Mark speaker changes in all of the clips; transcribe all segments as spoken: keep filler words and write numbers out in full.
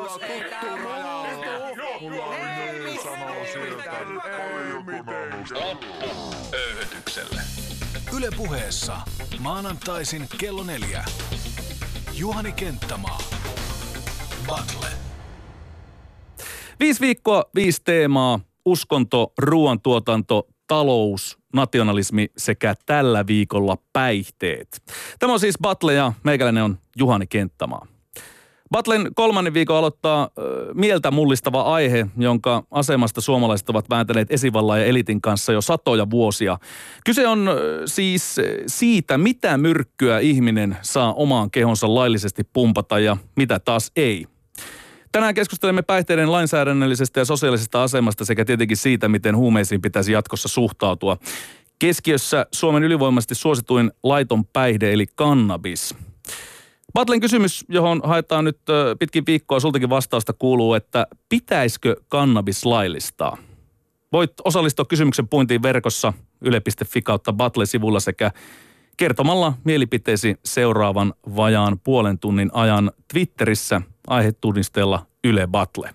Speaker 1: Rajaus ei tää muutu. Ei missään.
Speaker 2: Loppuöyhdytykselle. Yle Puheessa maanantaisin kello neljä. Juhani Kenttämaa. Battle.
Speaker 3: Viisi viikkoa, viisi teemaa. Uskonto, ruoantuotanto, talous, nationalismi sekä tällä viikolla päihteet. Tämä on siis Battle ja meikäläinen on Juhani Kenttämaa. Battlen kolmannen viikon aloittaa äh, mieltä mullistava aihe, jonka asemasta suomalaiset ovat vääntäneet esivallan ja elitin kanssa jo satoja vuosia. Kyse on äh, siis siitä, mitä myrkkyä ihminen saa omaan kehonsa laillisesti pumpata ja mitä taas ei. Tänään keskustelemme päihteiden lainsäädännöllisestä ja sosiaalisesta asemasta sekä tietenkin siitä, miten huumeisiin pitäisi jatkossa suhtautua. Keskiössä Suomen ylivoimaisesti suosituin laiton päihde eli kannabis. Battlen kysymys, johon haetaan nyt pitkin viikkoa, sultakin vastausta kuuluu, että pitäisikö kannabis laillistaa? Voit osallistua kysymyksen puintiin verkossa yle piste fi kautta Battle-sivulla sekä kertomalla mielipiteesi seuraavan vajaan puolen tunnin ajan Twitterissä aihetunnisteella Yle Battle.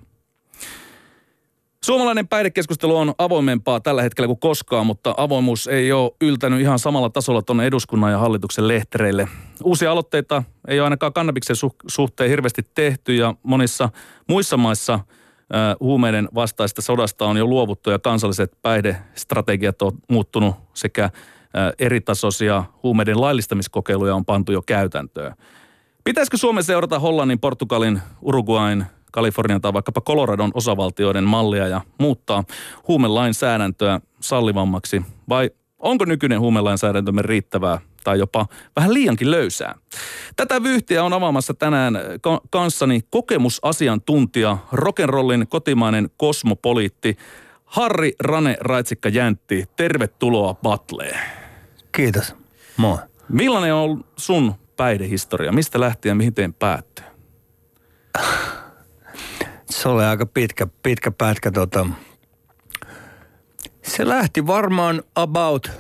Speaker 3: Suomalainen päihdekeskustelu on avoimempaa tällä hetkellä kuin koskaan, mutta avoimuus ei ole yltänyt ihan samalla tasolla tuonne eduskunnan ja hallituksen lehtereille. Uusia aloitteita ei ole ainakaan kannabiksen suhteen hirveästi tehty ja monissa muissa maissa äh, huumeiden vastaista sodasta on jo luovuttu ja kansalliset päihdestrategiat on muuttunut sekä äh, eritasoisia huumeiden laillistamiskokeiluja on pantu jo käytäntöön. Pitäisikö Suomen seurata Hollannin, Portugalin, Uruguain, Kalifornian tai vaikkapa Coloradon osavaltioiden mallia ja muuttaa huumelainsäädäntöä sallivammaksi? Vai onko nykyinen huumelainsäädäntömme riittävää tai jopa vähän liiankin löysää? Tätä vyyhtiä on avaamassa tänään ka- kanssani kokemusasiantuntija, rock'n'rollin kotimainen kosmopoliitti Harri Rane Raitsikka-Jäntti. Tervetuloa Battleen.
Speaker 4: Kiitos. Moi.
Speaker 3: Millainen on sun päihdehistoria? Mistä lähti ja mihin teen päättyy?
Speaker 4: Se oli aika pitkä, pitkä pätkä. Tota. Se lähti varmaan about,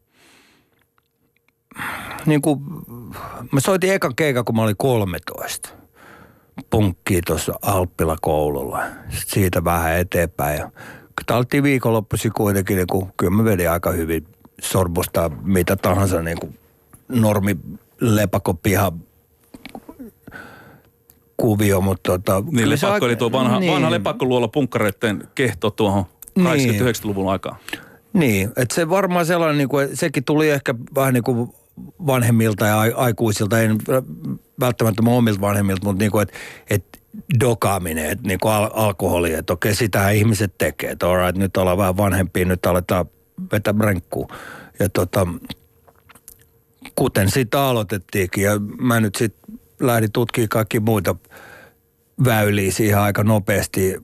Speaker 4: niin kuin, mä soitin ekan keikan, kun mä olin kolmetoista. Punkkiin tuossa Alppila koululla. Sitten siitä vähän eteenpäin. Ja kun oltiin viikonloppuisin kuitenkin, niin kuin, kyllä mä vedin aika hyvin sorbusta mitä tahansa niin kuin normi lepakopiha kuvio, mutta tota...
Speaker 3: Niin lepakko aika, eli tuo vanha,
Speaker 4: niin,
Speaker 3: vanha lepakkoluola punkkareiden kehto tuohon kahdeksankymmentä-yhdeksänkymmentäluvun aikaan.
Speaker 4: Niin, että se varmaan sellainen, niin kuin, sekin tuli ehkä vähän niin kuin vanhemmilta ja aikuisilta, ei välttämättä omilta vanhemmilta, mutta niin kuin, että et dokaaminen, että niin kuin al- alkoholi, että okei, sitä ihmiset tekee, että all right, nyt ollaan vähän vanhempia, nyt aletaan vetää renkkuun. Ja tota, kuten siitä aloitettiinkin, ja mä nyt sitten lähdin tutkimaan kaikki muita väyliä siihen aika nopeasti.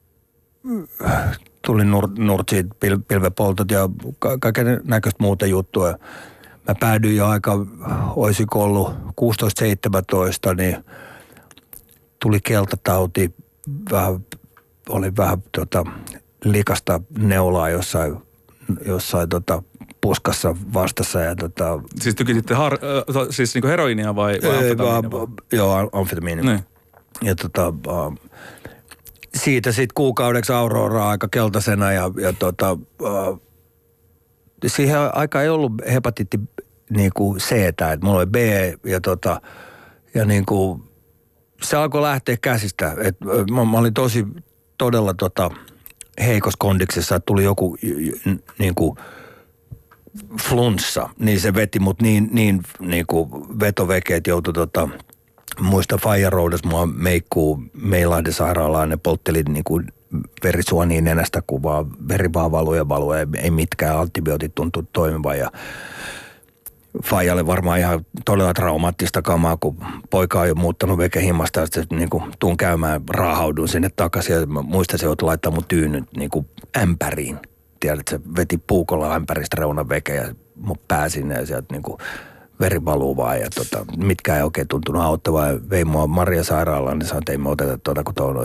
Speaker 4: Tuli nur, nurtsit, pil, pilvepoltot ja ka- kaiken näköistä muuta juttua. Mä päädyin jo aika, olisiko ollut kuusitoista seitsemäntoista, niin tuli keltatauti. Vähän, oli vähän tota, likasta neulaa jossain, jossain tota, puskassa vastassa. Ja, tota,
Speaker 3: siis tykititte har, äh, siis niinku heroinia vai, vai amfetamiinia? Vai?
Speaker 4: Joo, amfetamiinia.
Speaker 3: Niin.
Speaker 4: Ja tota, uh, siitä sitten kuukaudeksi Auroraa aika keltaisena ja, ja tota, uh, siihen aikaan ei ollut hepatiitti niinku C-tä, että mulla oli B ja tota, ja niinku se alkoi lähteä käsistä. Et, mä, mä olin tosi todella tota heikossa kondiksessa, että tuli joku niinku flunssa, niin se veti mut niin, niin niinku vetoveke, että joutui tota, muista Fire Roadessa mua meikkuu Meilahden sairaalaan, ne poltteli niinku verisuoniin nenästä, kun vaan veri vaan valuu ja valuu, ei mitkään antibiootit tuntuu toimivan ja Faijalle varmaan ihan todella traumaattista kamaa, kun poika on jo muuttanut vekehimmasta ja sitten niinku tuun käymään, raahaudun sinne takaisin ja muistan se joutui laittaa mun tyynyt niinku ämpäriin. Tiedät, se veti puukolla ämpäristä reunan veke ja mun pää sinne ja sieltä niinku veri valuu vaan ja tota, mitkä ei oikein tuntunut auttavaa. Ja vei mua Maria sairaalaan, niin sanoin, että ei me oteta tuota, kun tuo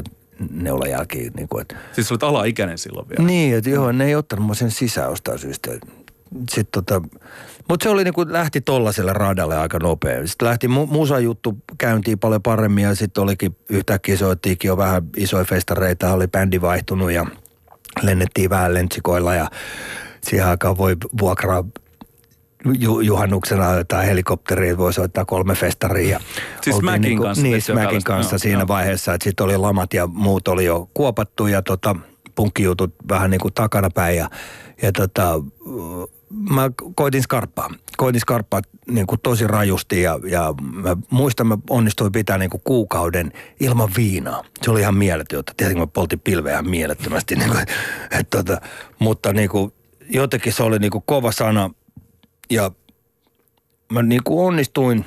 Speaker 4: neulanjälkiä. Niin kuin, että...
Speaker 3: Siis olit alaikäinen silloin vielä?
Speaker 4: Niin, että joo, ne ei ottanut mua sen sisään jostain syystä. sit tota, mutta se oli niinku, lähti tollaselle radalle aika nopea. Sitten lähti mu- musajuttu käyntiin paljon paremmin ja sitten olikin yhtäkkiä soittiinkin jo vähän isoja festareita, oli bändi vaihtunut ja lennettiin vähän lentsikoilla ja siihen aikaan voi vuokraa ju- juhannuksena jotain helikopteria, voi soittaa kolme festaria.
Speaker 3: Siis Mäkin niinku, kanssa?
Speaker 4: Niin, Mäkin kanssa no, siinä no. vaiheessa, että sitten oli lamat ja muut oli jo kuopattu ja tota, punkkijutut vähän niin kuin takanapäin ja, ja tota, mä koitin skarppaa. Koitin skarppaa niin kuin tosi rajusti ja, ja mä muistan, mä onnistuin pitää niin kuin kuukauden ilman viinaa. Se oli ihan mieletöntä. Tietenkin mä poltin pilveä ihan mielettömästi. Niin kuin, et, tota, mutta niin kuin, jotenkin se oli niin kuin kova sana ja mä niin kuin onnistuin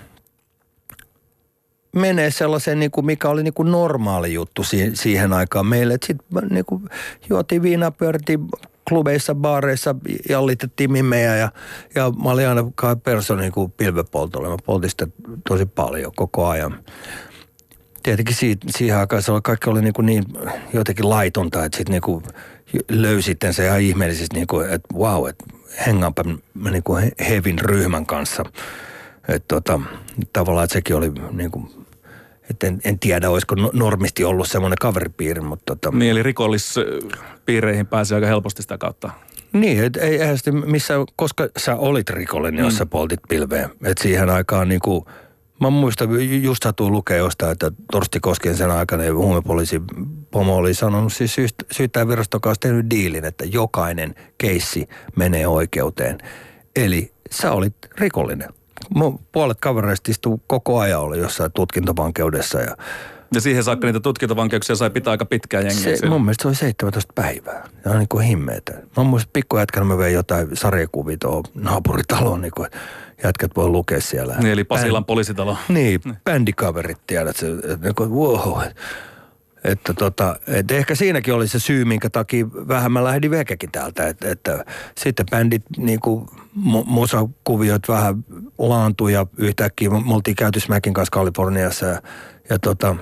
Speaker 4: menee sellaiseen, niin kuin mikä oli niin kuin normaali juttu si- siihen aikaan meille. Sitten niin kuin juotiin viinaa, pyörittiin klubeissa, baareissa, jallitettiin mimejä ja, ja mä olin aina kai perso niin kuin pilvepoltolle. Mä poltin sitä tosi paljon koko ajan. Tietenkin siitä, siihen aikaan se oli, kaikki oli niin, kuin niin jotenkin laitonta, että sitten niin kuin löysitte se ihan ihmeellisesti, niin kuin, että vau, että hengaanpa mä niin kuin hevin ryhmän kanssa. Että tota, tavallaan että sekin oli niin kuin, että en, en tiedä, olisiko normisti ollut semmoinen kaveripiiri, mutta tota.
Speaker 3: Niin, eli rikollispiireihin pääsee aika helposti sitä kautta.
Speaker 4: Niin, et ei eihän sitten missään, koska sä olit rikollinen, jos mm. sä poltit pilveä. Että siihen aikaan niin kuin, mä muistan, just satuin lukea jostain, että Torsti Koskien sen aikana huumepoliisi pomo oli sanonut, siis syyttäjävirasto kanssa tehnyt diilin, että jokainen keissi menee oikeuteen. Eli sä olit rikollinen. Puolet kavereista istuu koko ajan oli jossain tutkintavankeudessa. Ja,
Speaker 3: ja siihen saakka niitä tutkintavankeuksia sai pitää aika pitkään jengiä.
Speaker 4: Se, mun mielestä se oli seitsemäntoista päivää. Se on niin kuin himmeetä. Mä muistan pikkujätkänä mä vein jotain sarjakuvia tuohon naapuritaloon, niin kuin jätkät voi lukea siellä.
Speaker 3: Niin, eli Pasilan Bänd... poliisitalo.
Speaker 4: Niin, bändikaverit tiedät. Se, että niin kuin, wow. Että tota, et ehkä siinäkin oli se syy, minkä takia vähän mä lähdin vekekin täältä, että, että sitten bändit niinku musakuviot vähän laantui ja yhtäkkiä me oltiin käyty Smäkin kanssa Kaliforniassa ja, ja tota,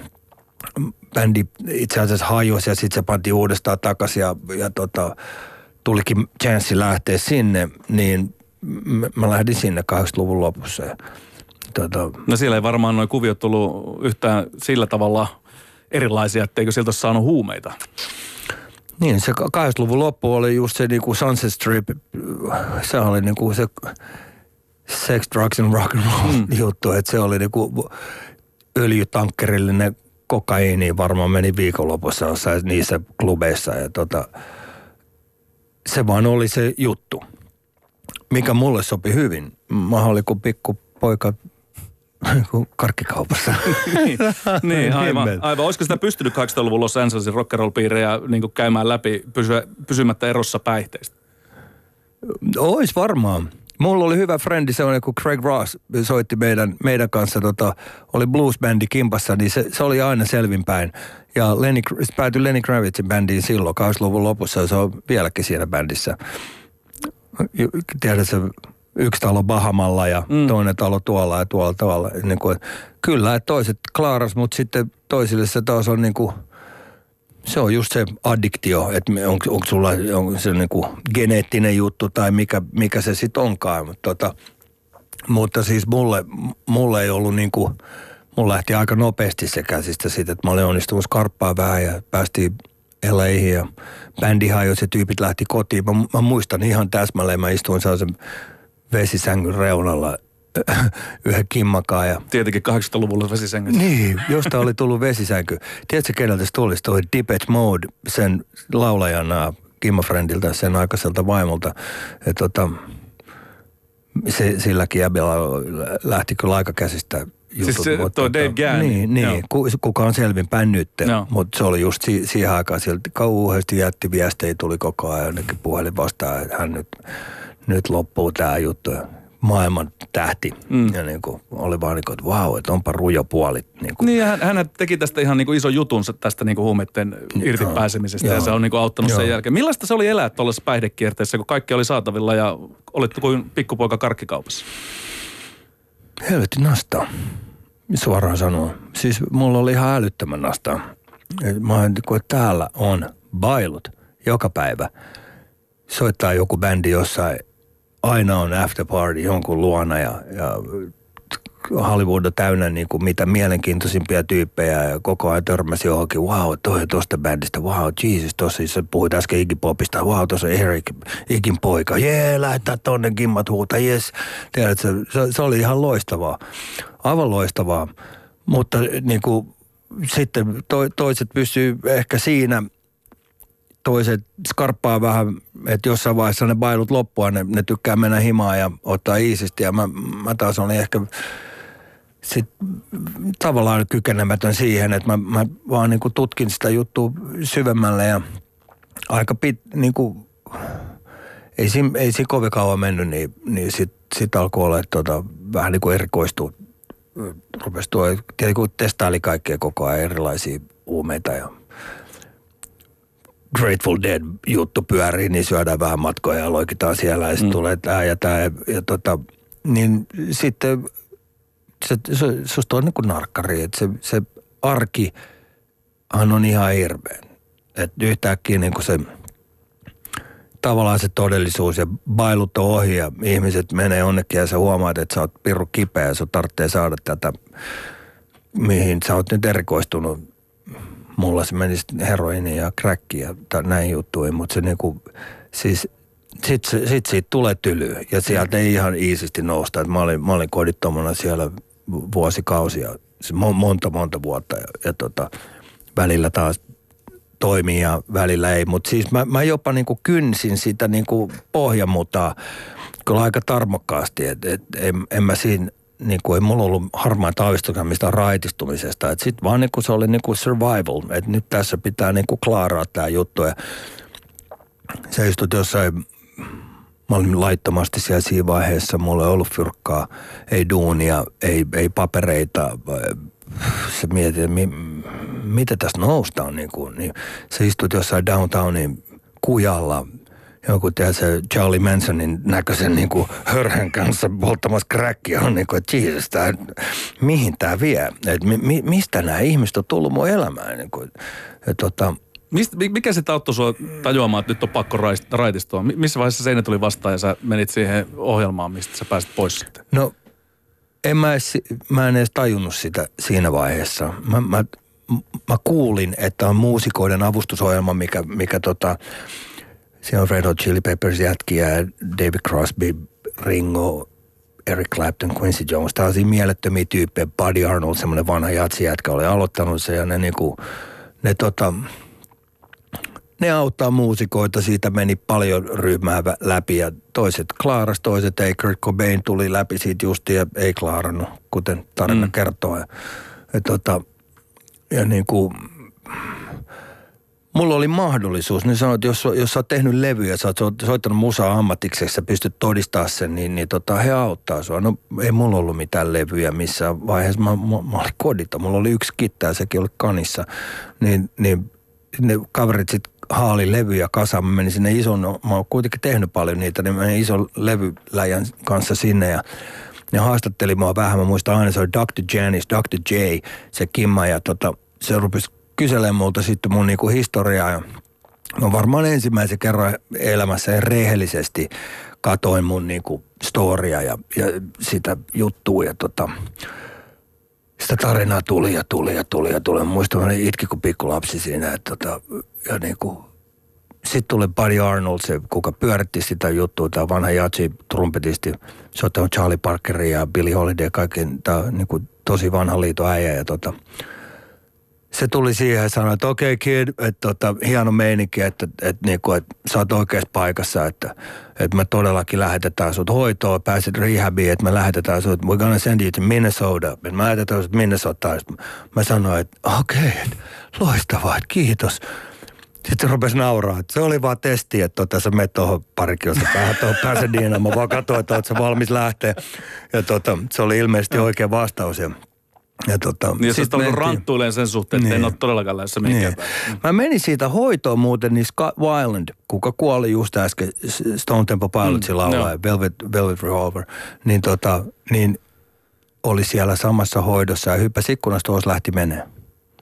Speaker 4: bändi itse asiassa hajosi ja sitten se pantiin uudestaan takaisin ja, ja tota, tulikin chanssi lähteä sinne, niin mä lähdin sinne kahdeksankymmentäluvun lopussa. Ja, tota,
Speaker 3: no siellä ei varmaan nuo kuviot tullut yhtään sillä tavalla erilaisia, etteikö sieltä ole saanut huumeita.
Speaker 4: Niin, se kahdeksankymmentäluvun loppu oli just se niinku Sunset Strip, se oli niinku se sex, drugs and rock and roll mm. juttu, että se oli niinku öljytankkerillinen kokaiini varmaan meni viikonlopussa jossain niissä klubeissa ja tota, se vaan oli se juttu, mikä mulle sopi hyvin. Mä olin kuin pikku poika karkkikaupassa.
Speaker 3: niin, niin aivan, aivan. Olisiko sitä pystynyt kahdeksankymmentäluvun Los Angelesin rock'n'roll-piirejä niin käymään läpi pysyä, pysymättä erossa päihteistä?
Speaker 4: Ois varmaan. Mulla oli hyvä frendi, sellainen kuin Craig Ross, soitti meidän, meidän kanssa, tota, oli blues-bändi kimpassa, niin se, se oli aina selvinpäin. Ja Lenny, se päätyi Lenny Kravitzin bändiin silloin, kahdeksankymmentäluvun lopussa, ja se on vieläkin siinä bändissä. Tiedätkö, yksi talo Bahamalla ja mm. toinen talo tuolla ja tuolla tavalla. Niin kuin, kyllä, että toiset klaaras, mutta sitten toisille se taas on niin kuin, se on just se addiktio, että onko, onko sulla onko se niin kuin geneettinen juttu tai mikä, mikä se sitten onkaan. Mutta, tota, mutta siis mulle, mulle ei ollut niin kuin, mulla lähti aika nopeasti se käsistä siitä, että mä olin onnistunut skarppaa vähän ja päästiin L A:hin ja bändi hajosi ja tyypit lähti kotiin. Mä, mä muistan ihan täsmälleen, mä istuin sellaisen vesisängyn reunalla yhden kimmakaan. Ja
Speaker 3: tietenkin kahdeksankymmentäluvulla vesisängyt.
Speaker 4: Niin, josta oli tullut vesisänky. Tiedätkö, keneltä se tuli? Se tuli Depeche Mode, sen laulajana Kimmafriendiltä, sen aikaiselta vaimolta. Ja tota, se, silläkin jäbellä lähti kyllä aika käsistä jutut.
Speaker 3: Siis se, toi Dave Gann.
Speaker 4: Niin, niin kuka on selvinpäin nyt. Mutta se oli just si- siihen aikaan, sieltä kauheasti jätti viestejä, tuli koko ajan jonnekin puhelin vastaan, että hän nyt, nyt loppuu tämä juttu. Maailman tähti. Mm. Ja niin kuin, oli vaan niin kuin, että vau, että onpa rujo puoli. Niin, kuin.
Speaker 3: Niin ja hän, hän teki tästä ihan niin kuin iso jutun tästä niin kuin huumeiden irti pääsemisestä ja se on niin kuin auttanut Joo. sen jälkeen. Millaista se oli elää tuollaisessa päihdekierteessä, kun kaikki oli saatavilla ja olit kuin pikkupoika karkkikaupassa?
Speaker 4: Helvetin nastaa, suoraan sanoa. Siis mulla oli ihan älyttömän nastaa. Mä oon, kun täällä on bailut joka päivä. Soittaa joku bändi jossain aina on after party jonkun luona ja, ja Hollywood on täynnä niin kuin mitä mielenkiintoisimpia tyyppejä ja koko ajan törmäsi johonkin, wow, toi on tosta bändistä, wow, Jesus, tossa sä puhuit äsken Iggy Popista, wow, tossa on Eric, Igin poika, jee, yeah, lähettää tonne gimmat huuta, jes. Tiedätkö, se, se oli ihan loistavaa, aivan loistavaa, mutta niin kuin sitten to, toiset pysyy ehkä siinä, toiset skarppaa vähän, että jossain vaiheessa ne bailut loppua, ne, ne tykkää mennä himaan ja ottaa iisisti ja mä, mä taas olin ehkä sit tavallaan kykenemätön siihen, että mä, mä vaan niin kuin tutkin sitä juttua syvemmälle ja aika pit, niin kuin, ei siinä, ei siinä kovin kauan mennyt, niin, niin sit, sit alkoi olla tota, vähän niin kuin erikoistua. Rupesi tuo, tietenkin kun testaili kaikkea koko ajan erilaisia huumeita ja Grateful Dead juttu pyörii, niin syödään vähän matkoja ja loikitaan siellä ja sitten mm. tulee tää ja tää ja, ja tota, niin sitten se, se, susta on niin kuin narkkari, että se, se arkihan on ihan hirveän. Että yhtäkkiä niin kuin se tavallaan se todellisuus ja bailut on ohi ja ihmiset menee onnekin ja sä huomaat, että sä oot pirru kipeä ja sun tarvitsee saada tätä, mihin sä oot nyt erikoistunut. Mulla se meni heroini ja crack ja näin juttuihin, mutta se niinku, siis sit, sit siitä tulee tylyä ja sieltä ei ihan iisisti nousta. Et mä olin, mä olin kodittomana siellä vuosikausia, monta monta vuotta ja, ja tota, välillä taas toimii ja välillä ei. Mutta siis mä, mä jopa niinku kynsin sitä niinku pohjamutaa kyllä aika tarmokkaasti, että et, en, en mä siinä niin kuin ei mulla ollut harmaa taavistukaan mistään raitistumisesta. Että sit vaan niin kuin se oli niin kuin survival. Että nyt tässä pitää niin kuin klaaraa tää juttu. Ja se istut jossain, mä olin laittomasti siellä siinä vaiheessa. Mulla ei ollut fyrkkaa, ei duunia, ei, ei papereita. Se mietit, että mi, mitä tässä noustaan. Niin kuin, niin se istut jossain downtownin kujalla. Joku se Charlie Mansonin näköisen niin kuin hörhön kanssa polttamassa crackia on niin kuin, että Jesus, tää, mihin tämä vie? Et mi, mistä nämä ihmiset on tullut mun elämään? Niin kuin, et, tota,
Speaker 3: Mist, mikä se auttoi sua tajuamaan, että nyt on pakko raitistua? Missä vaiheessa seinä tuli vastaan ja sä menit siihen ohjelmaan, mistä sä pääsit pois sitten?
Speaker 4: No, en mä, edes, mä en edes tajunnut sitä siinä vaiheessa. Mä, mä, mä kuulin, että on muusikoiden avustusohjelma, mikä, mikä tota... Siellä on Red Hot Chili Peppers jätkiä, David Crosby, Ringo, Eric Clapton, Quincy Jones. Tällaisia mielettömiä tyyppejä. Buddy Arnold, semmoinen vanha jatsijätkä, oli aloittanut se ja ne niinku, ne tota, ne auttaa muusikoita. Siitä meni paljon ryhmää läpi ja toiset klaaras, toiset ei. Kurt Cobain tuli läpi siitä justi ja ei klaarannut, kuten tarina mm. kertoo. Ja, ja, tota, ja niinku... Mulla oli mahdollisuus, niin sanoit, että jos, jos sä oot tehnyt levyjä, sä oot soittanut musaa ammatikseksi, sä pystyt todistamaan sen, niin, niin tota, he auttaa sua. No ei mulla ollut mitään levyjä missään vaiheessa, mä, mä, mä olin kodita, mulla oli yksi kittää, sekin oli kanissa. Niin, niin ne kaverit sit haali levyjä kasaan, mä menin sinne ison, no, mä oon kuitenkin tehnyt paljon niitä, niin mä menin ison levyläjän kanssa sinne ja ne haastatteli mua vähän, mä muistan aina se oli doktor Janis, doktor J, se Kimma ja tota, se rupesi kyselee multa sitten mun niinku historiaa ja mä varmaan ensimmäisen kerran elämässä rehellisesti katoin mun niinku storia ja, ja sitä juttua ja tota, sitä tarinaa tuli ja tuli ja tuli ja tuli. Mä muistan, mä itki kuin pikkulapsi siinä, että tota, ja niinku, sitten tuli Buddy Arnold, se kuka pyöritti sitä juttua, tää vanha jatsi, trumpetisti, se on Charlie Parkeria ja Billie Holiday, kaiken, tää niinku tosi vanha liiton äijä ja tota, se tuli siihen ja sanoi, että okei okay, kid, että tota, hieno meininki, että, että, niinku, että sä oot oikeassa paikassa, että, että me todellakin lähetetään sut hoitoon, pääset rehabiin, että me lähetetään sut, we're gonna send you to Minnesota, että me lähetetään sut Minnesotaan. Mä sanoin, että okei, okay, loistavaa, että kiitos. Sitten se rupesi nauraa, että se oli vaan testi, että tota, sä menet tuohon pari kilsa päähän tuohon Pasadena. Mä vaan katsoin, että oot sä valmis lähteä. Ja tota, se oli ilmeisesti oikea vastaus ja Ja tota,
Speaker 3: niin, jos olisit ranttuileen sen suhteen, että niin. En ole todellakaan lähdössä mihinkään
Speaker 4: niin. Mä menin siitä hoitoon muuten, niin Scott Weiland, kuka kuoli just äsken Stone Temple Pilotsin mm, laulaa, no. Velvet, Velvet Revolver, niin, tota, niin oli siellä samassa hoidossa ja hyppäsi ikkunasta ulos lähti menee.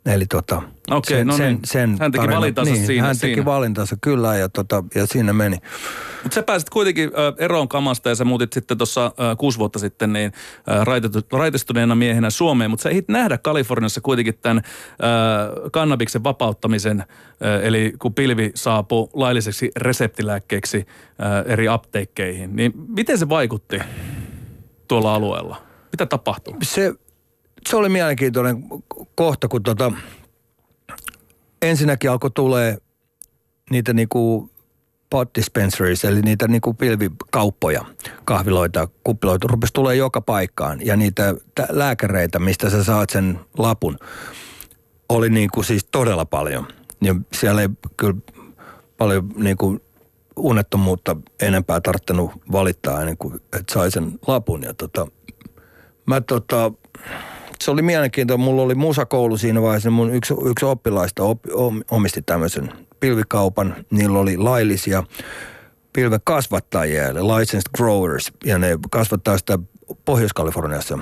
Speaker 4: Eli tota,
Speaker 3: Okei,
Speaker 4: sen,
Speaker 3: no
Speaker 4: sen,
Speaker 3: niin.
Speaker 4: sen
Speaker 3: Hän teki
Speaker 4: tarina,
Speaker 3: valintansa
Speaker 4: niin,
Speaker 3: siinä.
Speaker 4: Hän teki
Speaker 3: siinä.
Speaker 4: valintansa kyllä ja, tota, ja siinä meni.
Speaker 3: Mutta sä pääsit kuitenkin äh, eroon kamasta ja sä muutit sitten tuossa äh, kuusi vuotta sitten niin äh, raitestuneena miehenä Suomeen, mutta sä ehdit nähdä Kaliforniassa kuitenkin tämän äh, kannabiksen vapauttamisen, äh, eli kun pilvi saapui lailliseksi reseptilääkkeeksi äh, eri apteekkeihin, niin miten se vaikutti tuolla alueella? Mitä tapahtui?
Speaker 4: Se, se oli mielenkiintoinen kohta, kun tota, ensinnäkin alkoi tulee niitä niinku pot dispensaries, eli niitä niinku pilvikauppoja, kahviloita, kuppiloita, rupesi tulee joka paikkaan. Ja niitä tä- lääkäreitä, mistä sä saat sen lapun, oli niinku siis todella paljon. Ja siellä ei kyllä paljon niinku unettomuutta enempää tarttunut valittaa ennen kuin että sai sen lapun. Ja tota, mä tota, se oli mielenkiintoinen. Mulla oli musakoulu siinä vaiheessa. Mun yksi, yksi oppilaista op, omisti tämmöisen pilvikaupan. Niillä oli laillisia pilvekasvattajia, eli licensed growers. Ja ne kasvattaa sitä Pohjois-Kaliforniassa.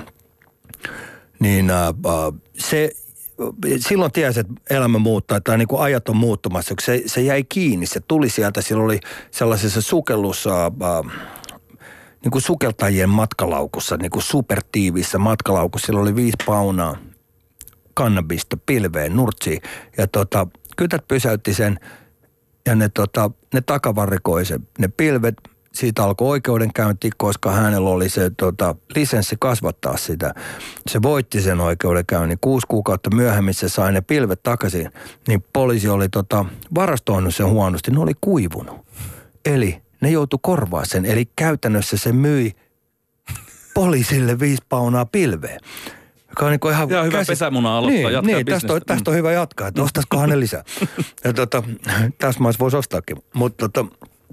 Speaker 4: Niin äh, se, silloin tiesi, että elämä muuttaa tai niin kuin ajat on muuttumassa. Se, se jäi kiinni, se tuli sieltä. Sillä oli sellaisessa sukellussa... Äh, niin kuin sukeltajien matkalaukussa, niin kuin supertiivissä matkalaukussa. Siellä oli viisi paunaa kannabista pilveen, nurtsiin. Ja tota, kytät pysäytti sen ja ne, tota, ne takavarikoi se, ne pilvet. Siitä alkoi oikeudenkäynti, koska hänellä oli se tota, lisenssi kasvattaa sitä. Se voitti sen oikeudenkäynnin. Kuusi kuukautta myöhemmin se sai ne pilvet takaisin. Niin poliisi oli tota, varastoinut sen huonosti. Ne oli kuivunut. Eli ne joutui korvaa sen. Eli käytännössä se myi poliisille viisi paunaa pilveä. Joka on niin ihan
Speaker 3: ja hyvä
Speaker 4: käsit...
Speaker 3: pesämuna aloittaa,
Speaker 4: niin,
Speaker 3: jatkaa
Speaker 4: niin, tästä, on, tästä on hyvä jatkaa, että ostaisikohan ne lisää. Ja tota, tässä maassa voisi ostaakin. Mutta tota,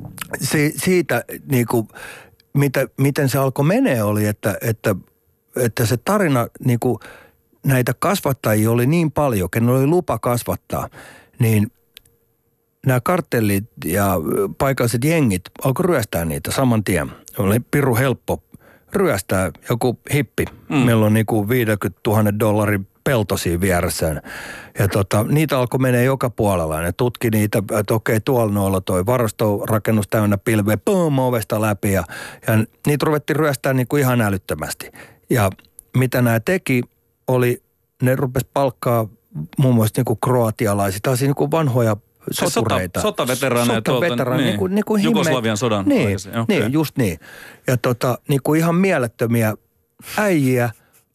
Speaker 4: si, siitä niin kuin, mitä, miten se alkoi menee oli, että, että, että se tarina, niin kuin, näitä kasvattajia oli niin paljon, ken oli lupa kasvattaa, niin nämä kartellit ja paikalliset jengit alkoi ryöstää niitä saman tien. Oli pirun helppo ryöstää joku hippi. Mm. Meillä on niinku viisikymmentätuhatta dollarin pelto siinä vieressään. Ja tota, niitä alkoi menee joka puolella. Ne tutki niitä, että okei, tuolla noilla toi varastorakennus täynnä pilveä, pum, ovesta läpi. Ja, ja niitä ruvettiin ryöstää niinku ihan älyttömästi. Ja mitä nämä teki, oli, ne rupesi palkkaa muun muassa niinku kroatialaisia, taas niinku vanhoja sotureita.
Speaker 3: Sota, sotaveteraaneja tuolta.
Speaker 4: Sotaveteraaneja.
Speaker 3: Niin.
Speaker 4: Niin kuin
Speaker 3: Jugoslavian sodan.
Speaker 4: Niin,
Speaker 3: okay.
Speaker 4: niin, just niin. Ja tota, niin kuin ihan mielettömiä äijiä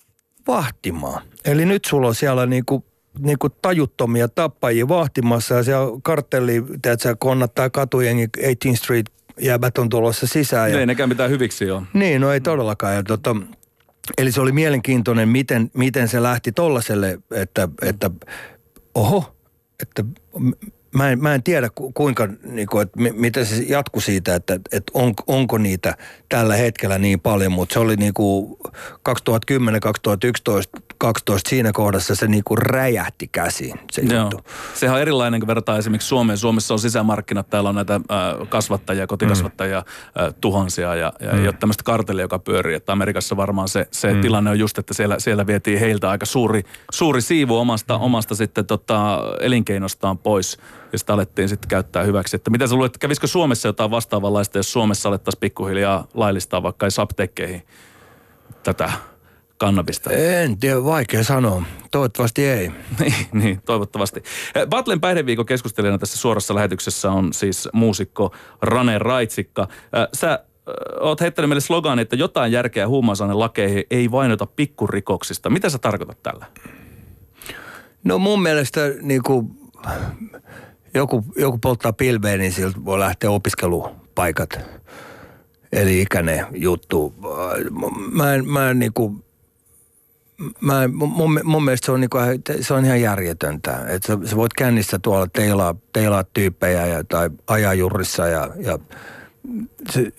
Speaker 4: vahtimaan. Eli nyt sulla on siellä niin kuin, niin kuin tajuttomia tappajia vahtimassa ja siellä kartelli, tiedätkö, konnattaa katujengi eighteenth Street jäbät on tulossa sisään. Ja...
Speaker 3: Ei nekään mitään hyviksi ole.
Speaker 4: Niin, no ei todellakaan. Ja tota, eli se oli mielenkiintoinen, miten, miten se lähti tollaselle, että, että oho, että... Mä en, mä en tiedä kuinka, niin kuin, että miten se jatkui siitä, että, että on, onko niitä tällä hetkellä niin paljon, mutta se oli niin kuin kaksituhattakymmenen, kaksituhattayksitoista, kaksitoista siinä kohdassa se niin kuin räjähti käsiin se juttu. Joo.
Speaker 3: Sehän on erilainen, kun verrataan esimerkiksi Suomeen. Suomessa on sisämarkkinat, täällä on näitä äh, kasvattajia, kotikasvattajia mm. äh, tuhansia ja, ja mm. ei ole tämmöistä kartellia, joka pyörii. Että Amerikassa varmaan se, se mm. tilanne on just, että siellä, siellä vietiin heiltä aika suuri, suuri siivu omasta, mm. omasta sitten tota, elinkeinostaan pois. Ja sitä alettiin sitten käyttää hyväksi. Että mitä sä luulet, kävisikö Suomessa jotain vastaavanlaista, jos Suomessa alettaisiin pikkuhiljaa laillistaa vaikka ei apteekkeihin tätä kannabista?
Speaker 4: En tiedä, vaikea sanoa. Toivottavasti ei.
Speaker 3: niin, niin, toivottavasti. Battlen päihdeviikon keskustelijana tässä suorassa lähetyksessä on siis muusikko Rane Raitsikka. Sä oot heittänyt meille sloganin, että jotain järkeä huumausainelakeihin ei vainota pikkurikoksista. Mitä sä tarkoitat tällä?
Speaker 4: No mun mielestä niinku... Joku, joku polttaa pilveä, niin siltä voi lähteä opiskelupaikat. Eli ikäinen juttu. Mä en, mä en niinku, mä en, mun, mun mielestä se on, niinku, se on ihan järjetöntä. Että sä, sä voit kännissä tuolla teilaa, teilaa tyyppejä ja, tai ajaa jurissa ja, ja se,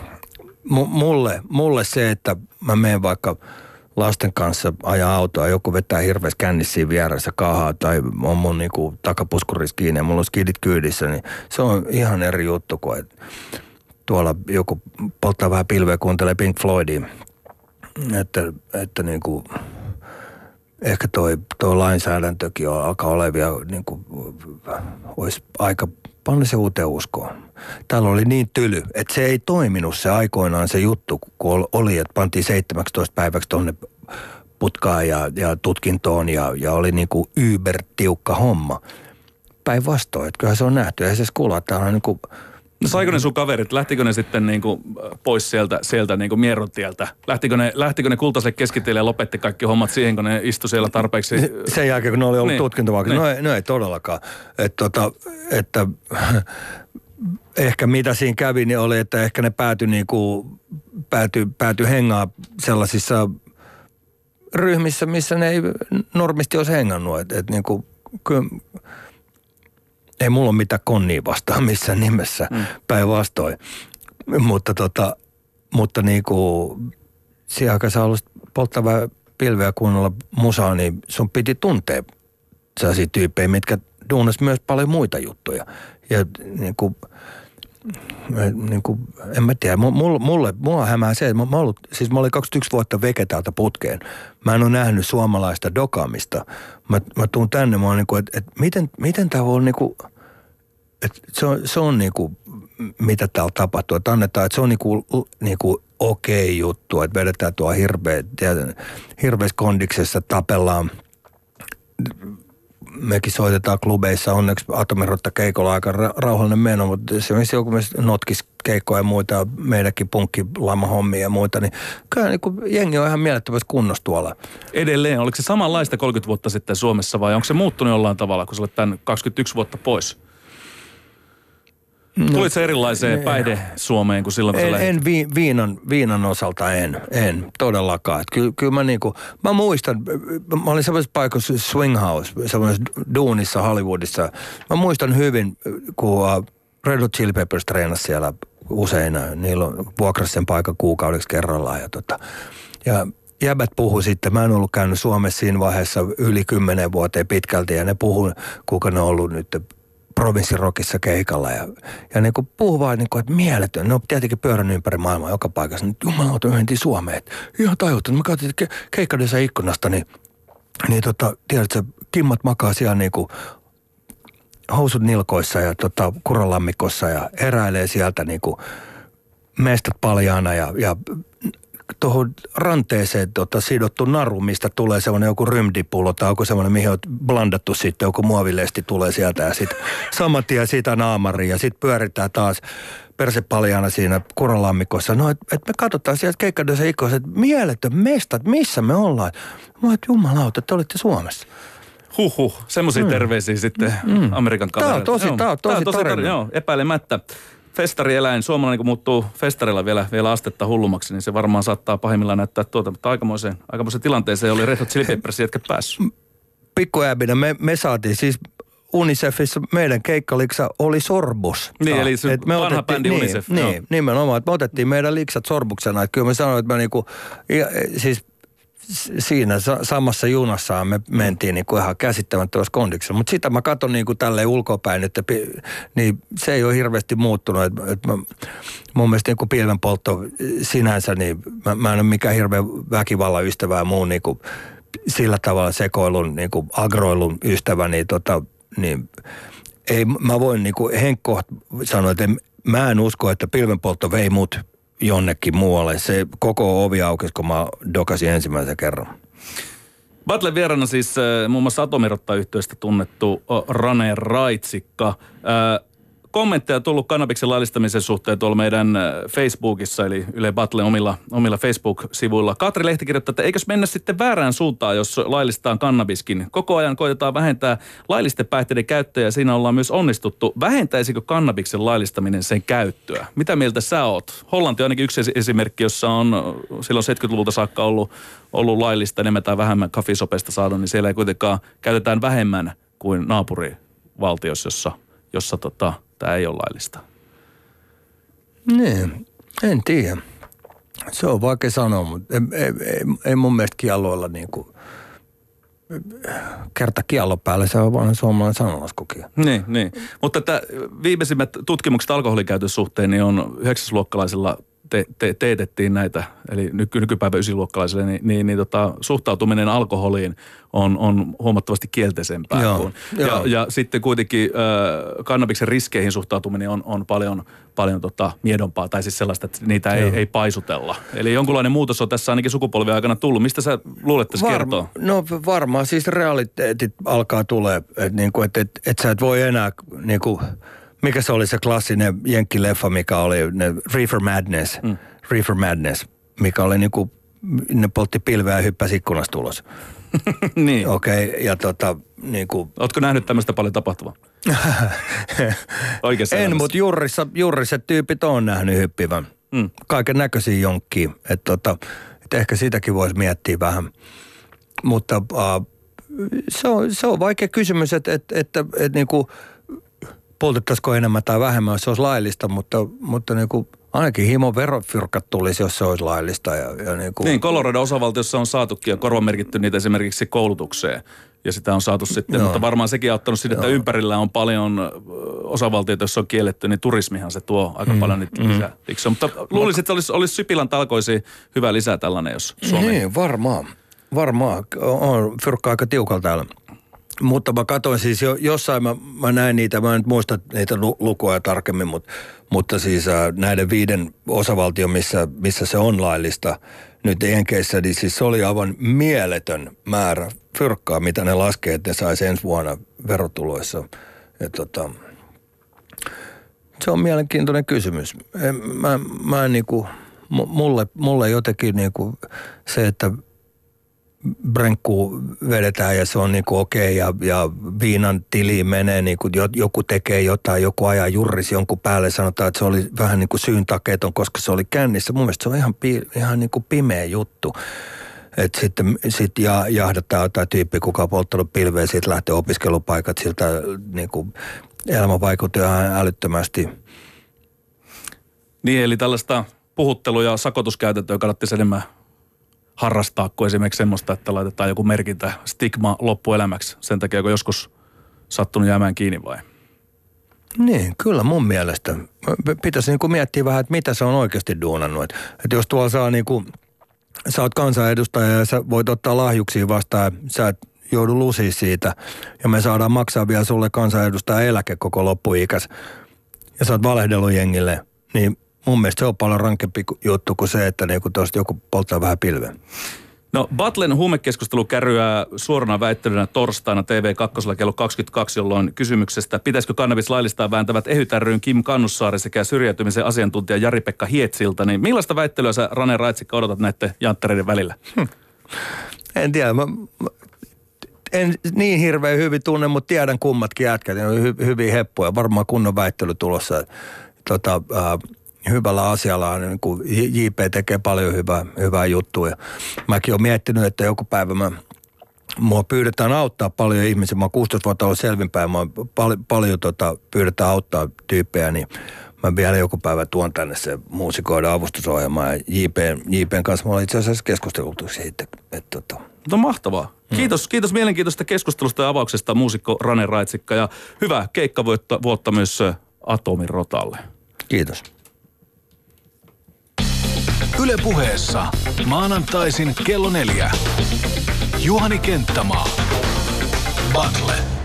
Speaker 4: mulle, mulle se, että mä menen vaikka lasten kanssa ajaa autoa, joku vetää hirveästi kännissiin vieressä kahaa tai on mun niinku takapuskurissa kiinni ja mulla on skidit kyydissä, niin se on ihan eri juttu kuin että tuolla joku polttaa vähän pilveä, kuuntelee Pink Floydia. Että, että niinku, ehkä toi, toi lainsäädäntökin on, alkaa olevia, niin kuin, olisi aika panna se uuteen uskoon. Täällä oli niin tyly, että se ei toiminut se aikoinaan se juttu, kun oli, että pantiin seitsemäntoista päiväksi tuonne putkaan ja, ja tutkintoon ja, ja oli niin kuin yber-tiukka homma. Päinvastoin, että kyllähän se on nähty. Eihän se skula, täällä on niin kuin...
Speaker 3: No saiko ne sun kaverit, lähtikö ne sitten niinku pois sieltä, sieltä niinku Mierrontieltä? Lähtikö ne, lähtikö ne kultaiselle keskitielle ja lopetti kaikki hommat siihen, kun ne istui siellä tarpeeksi?
Speaker 4: Sen jälkeen, kun ne oli ollut
Speaker 3: niin.
Speaker 4: tutkintovakin.
Speaker 3: Niin.
Speaker 4: No, ei, no ei todellakaan. Että, tota, että ehkä mitä siinä kävi, niin oli, että ehkä ne päätyi niinku, pääty, pääty hengaa sellaisissa ryhmissä, missä ne ei normisti olisi hengannut. Että et niinku, kyllä... Ei mulla ole mitään konnia vastaan missään nimessä, mm. päinvastoin. Mutta, tota, mutta niin kuin siihen aikaan sä haluaisit polttavaa pilveä kuunnella musaa, niin sun piti tuntea sellaisia tyyppejä, mitkä duunas myös paljon muita juttuja. Ja niin kuin, niin kuin, en mä tiedä, mulle, mulle mua hämää se, että mä, ollut, siis mä olin kaksikymmentäyksi vuotta veke täältä putkeen. Mä en ole nähnyt suomalaista dokaamista. Mä, mä tuun tänne, mä oon niin kuin, että, että miten, miten tää voi olla niin kuin, että se on, se on niin kuin, mitä täällä tapahtuu, että annetaan, että se on niin kuin, niin kuin okei juttu, että vedetään tuo hirveä, hirveässä kondiksessa, tapellaan. Mekin soitetaan klubeissa, onneksi Atomirotta keikolla aika rauhallinen meno, mutta se on joku notkis keikkoja ja muita, meidänkin punkkilama-hommia ja muita, niin kyllä niin kuin jengi on ihan mielettömässä kunnossa tuolla.
Speaker 3: Edelleen, oliko se samanlaista kolmekymmentä vuotta sitten Suomessa vai onko se muuttunut jollain tavalla, kun sä olet tämän kaksikymmentäyksi vuotta pois? No, tulit se erilaiseen päihde-Suomeen kuin silloin, kun
Speaker 4: en,
Speaker 3: sä
Speaker 4: en vi, viinan, viinan osalta en, en todellakaan. Kyllä, kyllä mä niinku, mä muistan, mä olin sellaisessa paikassa Swing House, sellaisessa duunissa Hollywoodissa. Mä muistan hyvin, kun Red Hot Chili Peppers treenasi siellä usein. Niillä on vuokrasi sen paikan kuukaudeksi kerrallaan ja tota, ja jäbät puhui sitten, mä en ollut käynyt Suomessa siinä vaiheessa yli kymmenen vuoteen pitkälti ja ne puhui, kuinka ne on ollut nyt provinssirokissa keikalla ja, ja niin kuin puhuu vaan niin kuin, että mieletön. Ne on tietenkin pyörännyt ympäri maailmaa joka paikassa. Nyt jumalauta yhdentiin Suomeen. Että ihan tajuttu. Mä katsoin ke- keikkadessa ikkunasta, niin, niin tota, tiedätkö, kimmat makaa siellä niin kuin housut nilkoissa ja tota, kuralammikossa ja heräilee sieltä niin kuin mestat paljaana ja, ja tuohon ranteeseen tota, sidottu naru, mistä tulee semmoinen joku rymdipullo tai joku semmoinen, mihin on blandattu sitten joku muovilesti tulee sieltä ja sitten saman tien siitä naamari ja sitten pyöritään taas persepaljaana siinä kuralammikossa. No, että et me katsotaan sieltä keikkadessa ikkoissa, että mieletön mestat, missä me ollaan. Mä että jumalauta, te olitte Suomessa.
Speaker 3: Huhhuh, semmoisia mm. terveisiä sitten mm. Amerikan kavereilta.
Speaker 4: Tämä on tosi, tämä on tosi, tosi tarina.
Speaker 3: Joo, epäilemättä. Festarieläin, suomalainen kun muuttuu festarilla vielä, vielä astetta hullummaksi, niin se varmaan saattaa pahimmillaan näyttää tuota, mutta aikamoiseen, aikamoiseen tilanteeseen oli Red Hot Chili Peppers jätkä päässyt. Pikku
Speaker 4: Äbinä, me, me saatiin siis Unicefissa meidän keikkaliksa oli Sorbus.
Speaker 3: Niin, eli se
Speaker 4: me
Speaker 3: vanha
Speaker 4: otettiin,
Speaker 3: bändi
Speaker 4: niin,
Speaker 3: Unicef.
Speaker 4: Niin,
Speaker 3: joo.
Speaker 4: nimenomaan, että me otettiin meidän liksat Sorbuksena. Että kyllä me sanoin, että me niinku, ja, siis siinä samassa junassa me mentiin niinku ihan käsittämättömässä kondiksessa. Mutta sitä mä katson niinku tälleen ulkopäin, että niin se ei ole hirveästi muuttunut. Et, et mä, mun mielestä niinku pilvenpoltto sinänsä, niin mä, mä en ole mikään hirveä väkivallan ystävä ja muu niinku sillä tavalla sekoilun, niinku agroilun ystävä, niin tota, niin ei, mä voin niinku Henkko sanoa, että en, mä en usko, että pilvenpoltto vei mut jonnekin muualle. Se koko ovi aukesi, kun mä dokasin ensimmäisen kerran.
Speaker 3: Battlen vieraana siis äh, muun muassa Atomirotta-yhtiöstä tunnettu äh, Rane Raitsikka. Äh, kommentteja tullut kannabiksen laillistamisen suhteen tuolla meidän äh, Facebookissa, eli Yle Battlen omilla, omilla Facebook-sivuilla. Katri Lehti kirjoittaa, että eikös mennä sitten väärään suuntaan, jos laillistaan kannabiskin. Koko ajan koitetaan vähentää laillisten päihteiden käyttöä ja siinä ollaan myös onnistuttu. Vähentäisikö kannabiksen laillistaminen sen käyttöä? Mitä mieltä sä oot? Hollanti on ainakin yksi esimerkki, jossa on silloin seitsemänkymmentäluvulta saakka ollut, ollut laillista enemmän tai vähemmän kafisopeista saadun, niin siellä ei kuitenkaan käytetään vähemmän kuin naapurivaltiossa, jossa, jossa tota, tämä ei ole laillista.
Speaker 4: Niin, en tiedä. Se on vaikea sanoa, mutta ei, ei, ei, ei mun mielestä kielloilla niin kuin kerta kiello päälle, se on vaan suomalainen sananlaskukin.
Speaker 3: Niin, niin. Mutta että viimeisimmät tutkimukset alkoholikäytön suhteen niin on yhdeksäsluokkalaisilla te, te, teetettiin näitä, eli nyky, nykypäivän ysiluokkalaisille, niin, niin, niin tota, suhtautuminen alkoholiin on, on huomattavasti kielteisempää.
Speaker 4: Joo,
Speaker 3: kuin,
Speaker 4: joo.
Speaker 3: Ja, ja sitten kuitenkin äh, kannabiksen riskeihin suhtautuminen on, on paljon, paljon tota, miedompaa, tai siis sellaista, että niitä ei, ei paisutella. Eli jonkunlainen muutos on tässä ainakin sukupolvien aikana tullut. Mistä sä luulet tässä
Speaker 4: Varma,
Speaker 3: kertoo?
Speaker 4: No varmaan siis realiteetit alkaa tulee, että niinku, et, et, et sä et voi enää, niinku, mikä se oli se klassinen jenkkileffa, mikä oli ne Reefer Madness, mm. Reefer Madness, mikä oli niinku, ne poltti pilveä ja hyppäsi ikkunasta ulos.
Speaker 3: Niin.
Speaker 4: Okei, okay, ja tota niinku...
Speaker 3: Ootko nähnyt tämmöistä paljon tapahtuvaa? Oikeassa
Speaker 4: En,
Speaker 3: elämässä.
Speaker 4: mutta jurrissa, jurriset tyypit on nähnyt hyppivän. Mm. Kaiken näköisiä jonkkiin. Että tota, et ehkä sitäkin voisi miettiä vähän. Mutta uh, se, on, se on vaikea kysymys, että et, et, et, et, niinku, poltettaisiko enemmän tai vähemmän, jos se olisi laillista, mutta, mutta niinku, ainakin himon verofyrkat tulisi, jos se olisi laillista. Ja, ja niinku.
Speaker 3: Niin, Colorado osavaltiossa on saatukin ja korvamerkitty niitä esimerkiksi koulutukseen. Ja sitä on saatu sitten, Joo. mutta varmaan sekin on auttanut siitä, että Joo. ympärillä on paljon osavaltioita, jos on kielletty, niin turismihan se tuo aika mm, paljon niitä mm. lisää. Mutta luulisin, että olisi, olisi Sipilän talkoisiin hyvä lisää tällainen, jos Suomi...
Speaker 4: Niin, varmaan. Varmaan. On fyrkka aika tiukalla täällä. Mutta mä katsoin siis jo, jossain, mä, mä näin niitä, mä en nyt muista niitä lukuja tarkemmin, mutta, mutta siis äh, näiden viiden osavaltion, missä, missä se on laillista, nyt Jenkeissä, niin siis se oli aivan mieletön määrä fyrkkaa, mitä ne laskee, että ne saisi ensi vuonna verotuloissa. Ja tota, se on mielenkiintoinen kysymys. Mä, mä en niinku, mulle, mulle jotenkin niinku se, että brenkku vedetään ja se on niinku okei ja, ja viinan tiliin menee, niinku joku tekee jotain, joku ajaa jurrisi jonkun päälle, sanotaan, että se oli vähän niin kuin syyntakeeton, koska se oli kännissä. Mun mielestä se on ihan, ihan niin kuin pimeä juttu. Että sitten sit ja, jahdataan jotain tyyppiä, kuka on polttanut pilveä, siitä lähtee opiskelupaikat, siltä niinku elämä vaikuttaa ihan älyttömästi.
Speaker 3: Niin, eli tällaista puhuttelu- ja sakotuskäytäntöä kannattaisi enemmän harrastaa kuin esimerkiksi semmoista, että laitetaan joku merkintä, stigma loppuelämäksi sen takia, kun joskus sattunut jäämään kiinni vai?
Speaker 4: Niin, kyllä mun mielestä. Pitäisi niinku miettiä vähän, että mitä se on oikeasti duunannut. Että et jos tuolla saa niinku, sä oot kansanedustaja ja sä voit ottaa lahjuksia vastaan ja sä et joudu lusiin siitä ja me saadaan maksaa vielä sulle kansanedustaja eläke koko loppuikäs ja sä oot valehdellut jengille, niin mun mielestä se on paljon rankempi juttu kuin se, että niinku tuosta joku polttaa vähän pilveä.
Speaker 3: No, Battlen huumekeskustelu kärryää suorana väittelynä torstaina T V kaksi kello kaksikymmentäkaksi, jolloin kysymyksestä, pitäisikö kannabis laillistaa vääntävät Ehyt ry:n Kim Kannussaari sekä syrjäytymisen asiantuntija Jari-Pekka Hietsiltä, niin millaista väittelyä sä, Rane Raitsikka, odotat näiden janttereiden välillä? Hm.
Speaker 4: En tiedä, mä, mä en niin hirveän hyvin tunne, mutta tiedän kummatkin jätkät, ne on hy, hyviä heppuja, varmaan kunnon väittely tulossa. Tota, äh, hyvällä asialla, niin kuin J P tekee paljon hyvää, hyvää juttua. Ja mäkin olen miettinyt, että joku päivä mä, mua pyydetään auttaa paljon ihmisiä. Mä oon kuusitoista vuotta ollut selvinpäin, mä oon pal- paljon tota, pyydetään auttaa tyyppejä, niin mä vielä joku päivä tuon tänne se muusikoiden avustusohjelma. Ja J P, J P:n kanssa mä olen itse asiassa keskusteltu siitä. Että, tota.
Speaker 3: No mahtavaa. Kiitos, kiitos mielenkiintoista keskustelusta ja avauksesta muusikko Rane Raitsikka ja hyvää keikkavuotta myös Atomin Rotalle.
Speaker 4: Kiitos.
Speaker 2: Yle Puheessa maanantaisin kello neljä. Juhani Kenttämaa. Battle.